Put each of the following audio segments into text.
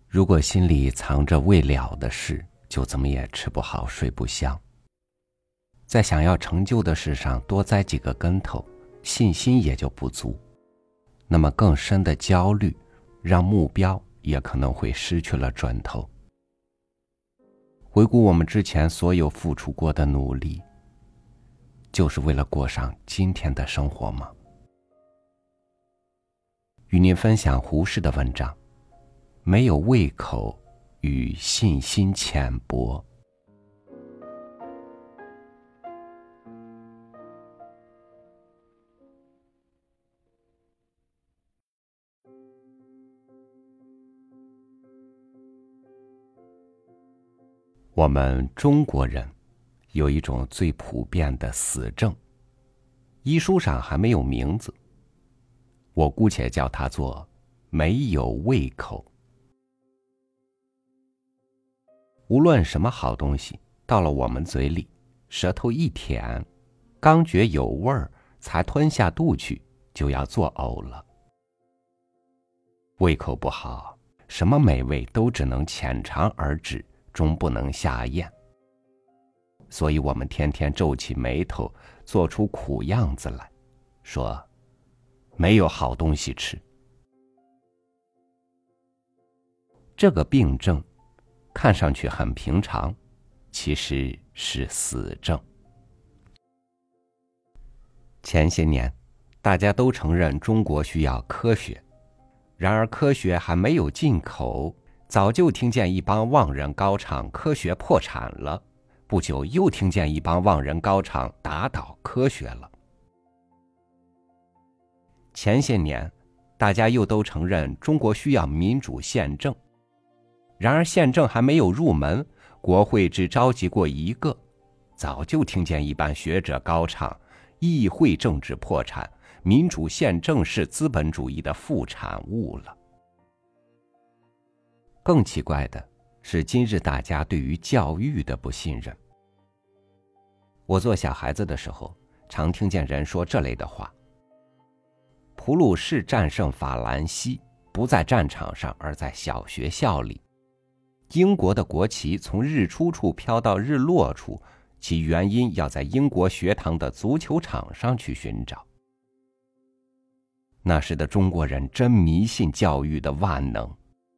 如果心里藏着未了的事，就怎么也吃不好睡不香。在想要成就的事上多栽几个跟头，信心也就不足。那么更深的焦虑，让目标也可能会失去了准头。回顾我们之前所有付出过的努力，就是为了过上今天的生活吗？与您分享胡适的文章，没有胃口与信心浅薄。我们中国人有一种最普遍的死症，医书上还没有名字，我姑且叫它做没有胃口。无论什么好东西到了我们嘴里，舌头一舔，刚觉有味儿，才吞下肚去，就要作呕了。胃口不好，什么美味都只能浅尝而止，终不能下咽。所以我们天天皱起眉头，做出苦样子来，说没有好东西吃。这个病症看上去很平常，其实是死症。前些年大家都承认中国需要科学，然而科学还没有进口，早就听见一帮妄人高唱科学破产了，不久又听见一帮妄人高唱打倒科学了。前些年大家又都承认中国需要民主宪政，然而宪政还没有入门，国会只召集过一个，早就听见一般学者高唱议会政治破产，民主宪政是资本主义的副产物了。更奇怪的是今日大家对于教育的不信任。我做小孩子的时候，常听见人说这类的话：普鲁士战胜法兰西，不在战场上，而在小学校里。英国的国旗从日出处飘到日落处，其原因要在英国学堂的足球场上去寻找。那时的中国人真迷信教育的万能。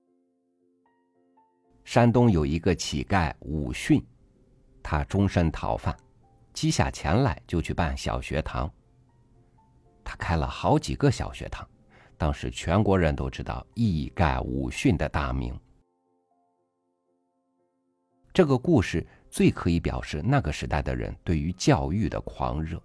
山东有一个乞丐武训，他终身逃犯，积下钱来就去办小学堂。他开了好几个小学堂，当时全国人都知道艺丐武训的大名。这个故事最可以表示那个时代的人对于教育的狂热。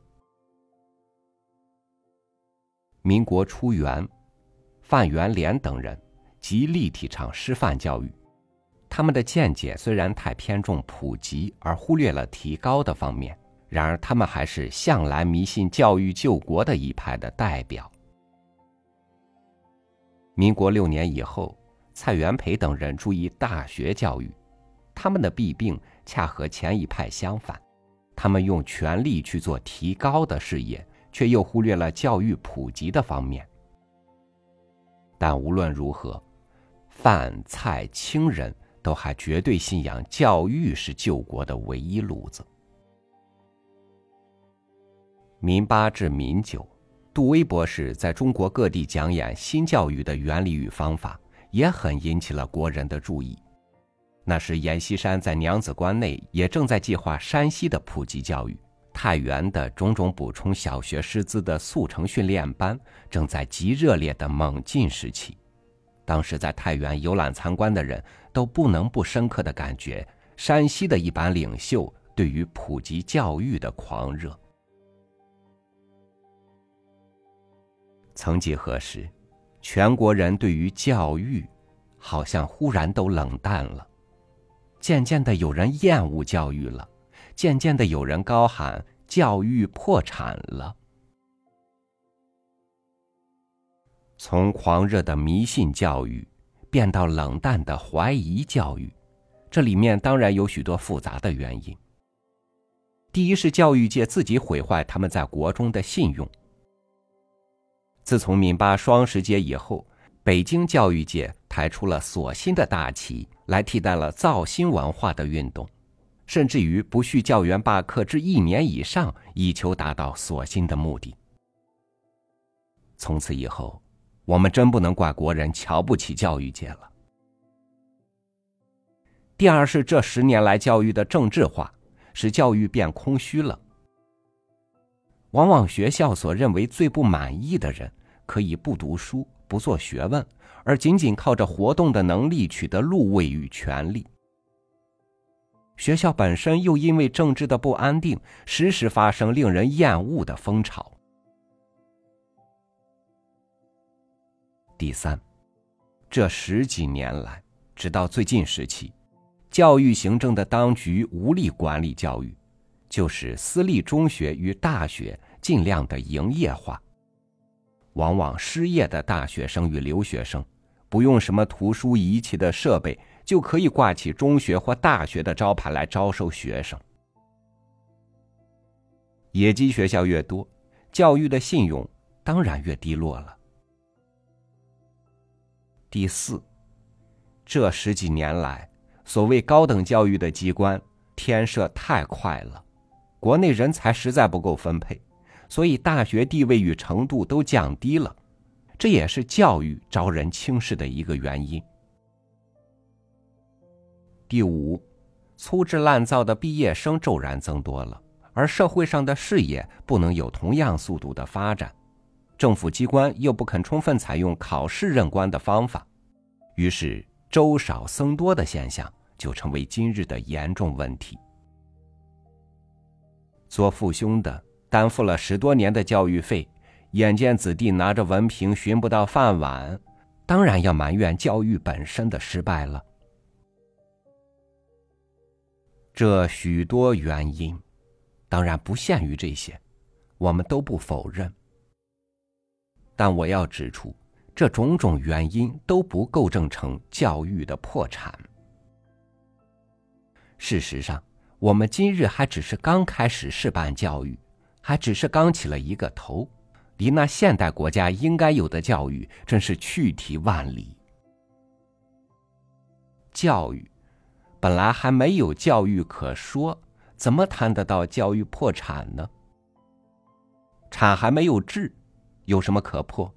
民国初元，范元濂等人极力提倡师范教育，他们的见解虽然太偏重普及而忽略了提高的方面，然而他们还是向来迷信教育救国的一派的代表。民国6年以后，蔡元培等人注意大学教育，他们的弊病恰和前一派相反，他们用全力去做提高的事业，却又忽略了教育普及的方面。但无论如何，范、蔡、清人都还绝对信仰教育是救国的唯一路子。民8至民9，杜威博士在中国各地讲演新教育的原理与方法，也很引起了国人的注意。那时阎锡山在娘子关内也正在计划山西的普及教育，太原的种种补充小学师资的速成训练班正在极热烈的猛进时期。当时在太原游览参观的人都不能不深刻地感觉山西的一般领袖对于普及教育的狂热。曾几何时，全国人对于教育好像忽然都冷淡了，渐渐的有人厌恶教育了，渐渐的有人高喊教育破产了。从狂热的迷信教育变到冷淡的怀疑教育，这里面当然有许多复杂的原因。第一是教育界自己毁坏他们在国中的信用。自从民8双十节以后，北京教育界抬出了锁新的大旗，来替代了造新文化的运动，甚至于不续教员罢课至1年以上，以求达到锁新的目的。从此以后，我们真不能怪国人瞧不起教育界了。第二是这10年来教育的政治化，使教育变空虚了。往往学校所认为最不满意的人，可以不读书，不做学问，而仅仅靠着活动的能力取得禄位与权力。学校本身又因为政治的不安定，时时发生令人厌恶的风潮。第三，这10几年来，直到最近时期，教育行政的当局无力管理教育，就使私立中学与大学尽量的营业化。往往失业的大学生与留学生，不用什么图书仪器的设备，就可以挂起中学或大学的招牌来招收学生。野鸡学校越多，教育的信用当然越低落了。第四，这10几年来，所谓高等教育的机关添设太快了，国内人才实在不够分配，所以大学地位与程度都降低了，这也是教育招人轻视的一个原因。第五，粗制滥造的毕业生骤然增多了，而社会上的事业不能有同样速度的发展，政府机关又不肯充分采用考试任官的方法，于是粥少僧多的现象就成为今日的严重问题。做父兄的担负了10多年的教育费，眼见子弟拿着文凭寻不到饭碗，当然要埋怨教育本身的失败了。这许多原因当然不限于这些，我们都不否认，但我要指出，这种种原因都不构成成教育的破产。事实上，我们今日还只是刚开始试办教育，还只是刚起了一个头，离那现代国家应该有的教育真是去题万里。教育本来还没有教育可说，怎么谈得到教育破产呢？产还没有治，有什么可破？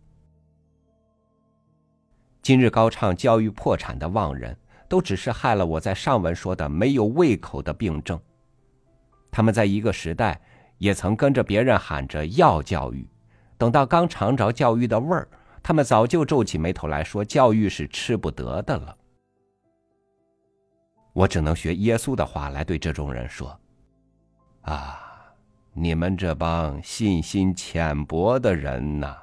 今日高唱教育破产的妄人，都只是害了我在上文说的没有胃口的病症。他们在一个时代也曾跟着别人喊着要教育，等到刚尝着教育的味儿，他们早就皱起眉头来说教育是吃不得的了。我只能学耶稣的话来对这种人说：啊，你们这帮信心浅薄的人呐！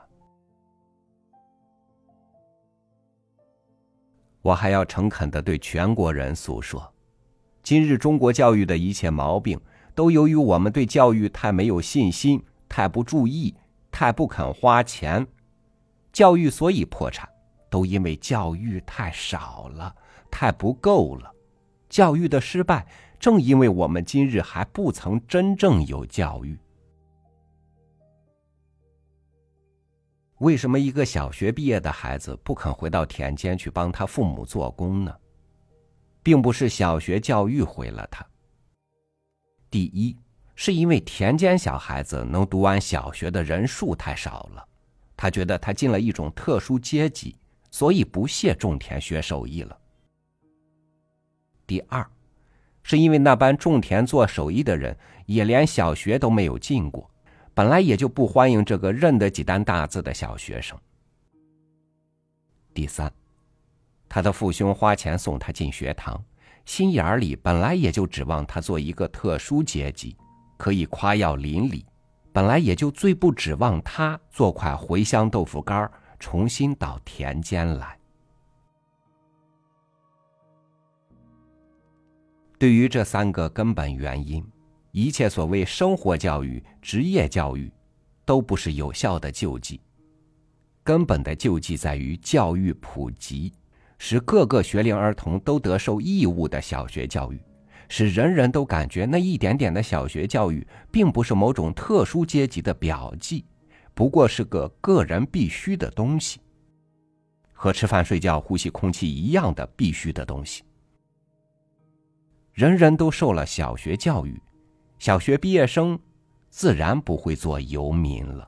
我还要诚恳地对全国人诉说，今日中国教育的一切毛病，都由于我们对教育太没有信心，太不注意，太不肯花钱。教育所以破产，都因为教育太少了，太不够了。教育的失败，正因为我们今日还不曾真正有教育。为什么一个小学毕业的孩子不肯回到田间去帮他父母做工呢？并不是小学教育毁了他。第一，是因为田间小孩子能读完小学的人数太少了，他觉得他进了一种特殊阶级，所以不屑种田学手艺了。第二，是因为那班种田做手艺的人也连小学都没有进过，本来也就不欢迎这个认得几单大字的小学生。第三，他的父兄花钱送他进学堂，心眼里本来也就指望他做一个特殊阶级，可以夸耀邻里，本来也就最不指望他做块茴香豆腐干，重新到田间来。对于这3个根本原因，一切所谓生活教育、职业教育，都不是有效的救济。根本的救济在于教育普及，使各个学龄儿童都得受义务的小学教育，使人人都感觉那一点点的小学教育并不是某种特殊阶级的表记，不过是个个人必须的东西。 和吃饭睡觉呼吸空气一样的必须的东西。人人都受了小学教育，小学毕业生自然不会做游民了。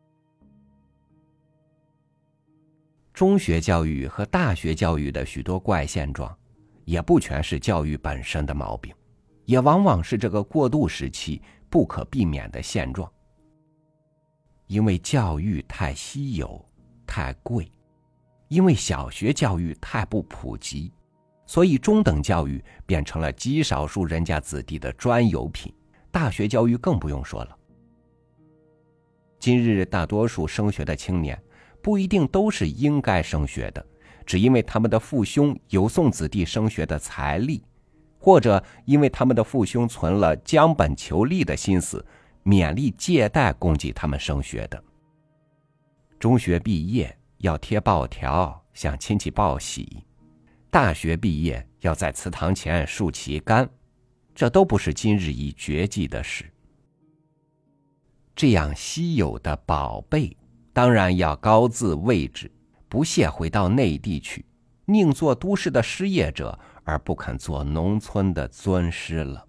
中学教育和大学教育的许多怪现状，也不全是教育本身的毛病，也往往是这个过渡时期不可避免的现状。因为教育太稀有、太贵，因为小学教育太不普及，所以中等教育变成了极少数人家子弟的专有品，大学教育更不用说了。今日大多数升学的青年不一定都是应该升学的，只因为他们的父兄有送子弟升学的财力，或者因为他们的父兄存了将本求利的心思，勉力借贷供给他们升学的。中学毕业要贴报条向亲戚报喜，大学毕业要在祠堂前竖旗杆，这都不是今日已绝迹的事。这样稀有的宝贝，当然要高自位置，不屑回到内地去，宁做都市的失业者，而不肯做农村的尊师了。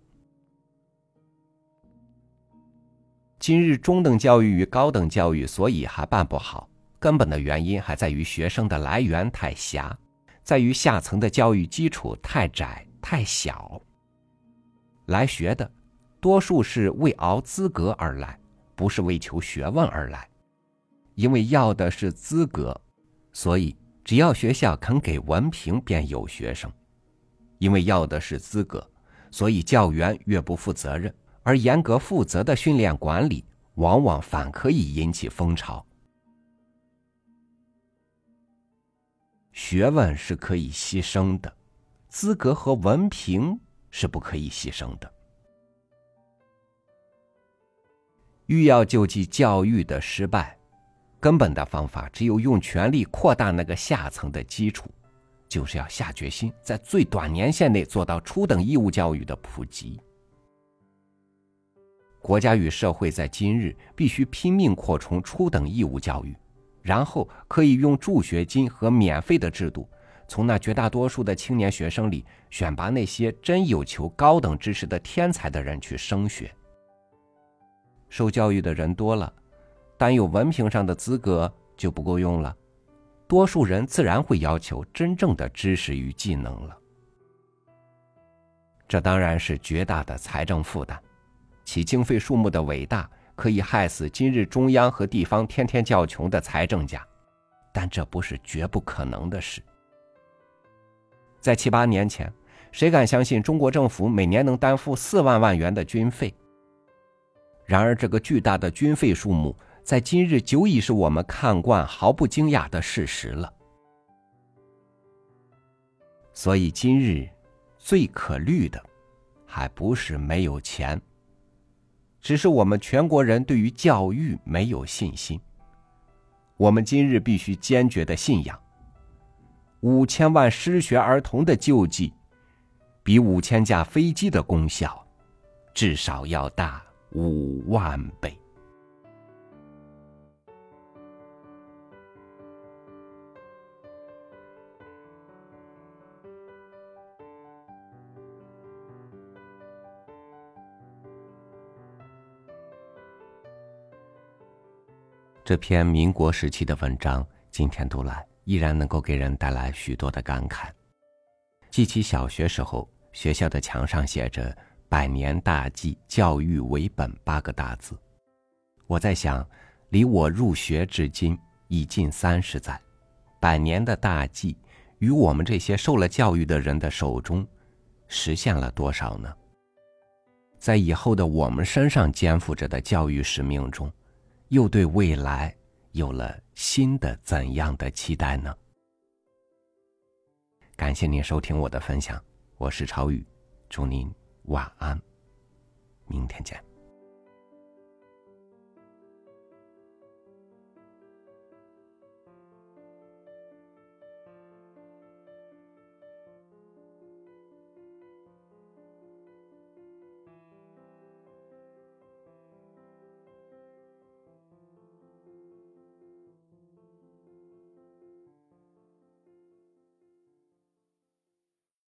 今日中等教育与高等教育所以还办不好，根本的原因还在于学生的来源太狭，在于下层的教育基础太窄太小。来学的多数是为熬资格而来，不是为求学问而来。因为要的是资格，所以只要学校肯给文凭便有学生。因为要的是资格，所以教员越不负责任，而严格负责的训练管理往往反可以引起风潮。学问是可以牺牲的，资格和文凭是不可以牺牲的。欲要救济教育的失败，根本的方法只有用权力扩大那个下层的基础，就是要下决心在最短年限内做到初等义务教育的普及。国家与社会在今日必须拼命扩充初等义务教育，然后可以用助学金和免费的制度，从那绝大多数的青年学生里选拔那些真有求高等知识的天才的人去升学。受教育的人多了，单有文凭上的资格就不够用了，多数人自然会要求真正的知识与技能了。这当然是绝大的财政负担，其经费数目的伟大可以害死今日中央和地方天天较穷的财政家，但这不是绝不可能的事。在7、8年前，谁敢相信中国政府每年能担负4万万元的军费？然而这个巨大的军费数目在今日久已是我们看惯毫不惊讶的事实了。所以今日最可虑的还不是没有钱，只是我们全国人对于教育没有信心。我们今日必须坚决的信仰，5000万失学儿童的救济比5000架飞机的功效至少要大5万倍。这篇民国时期的文章，今天读来依然能够给人带来许多的感慨。记起小学时候，学校的墙上写着百年大计，教育为本8个大字。我在想，离我入学至今已近30载，百年的大计与我们这些受了教育的人的手中实现了多少呢？在以后的我们身上肩负着的教育使命中，又对未来有了新的怎样的期待呢？感谢您收听我的分享，我是超宇，祝您晚安，明天见。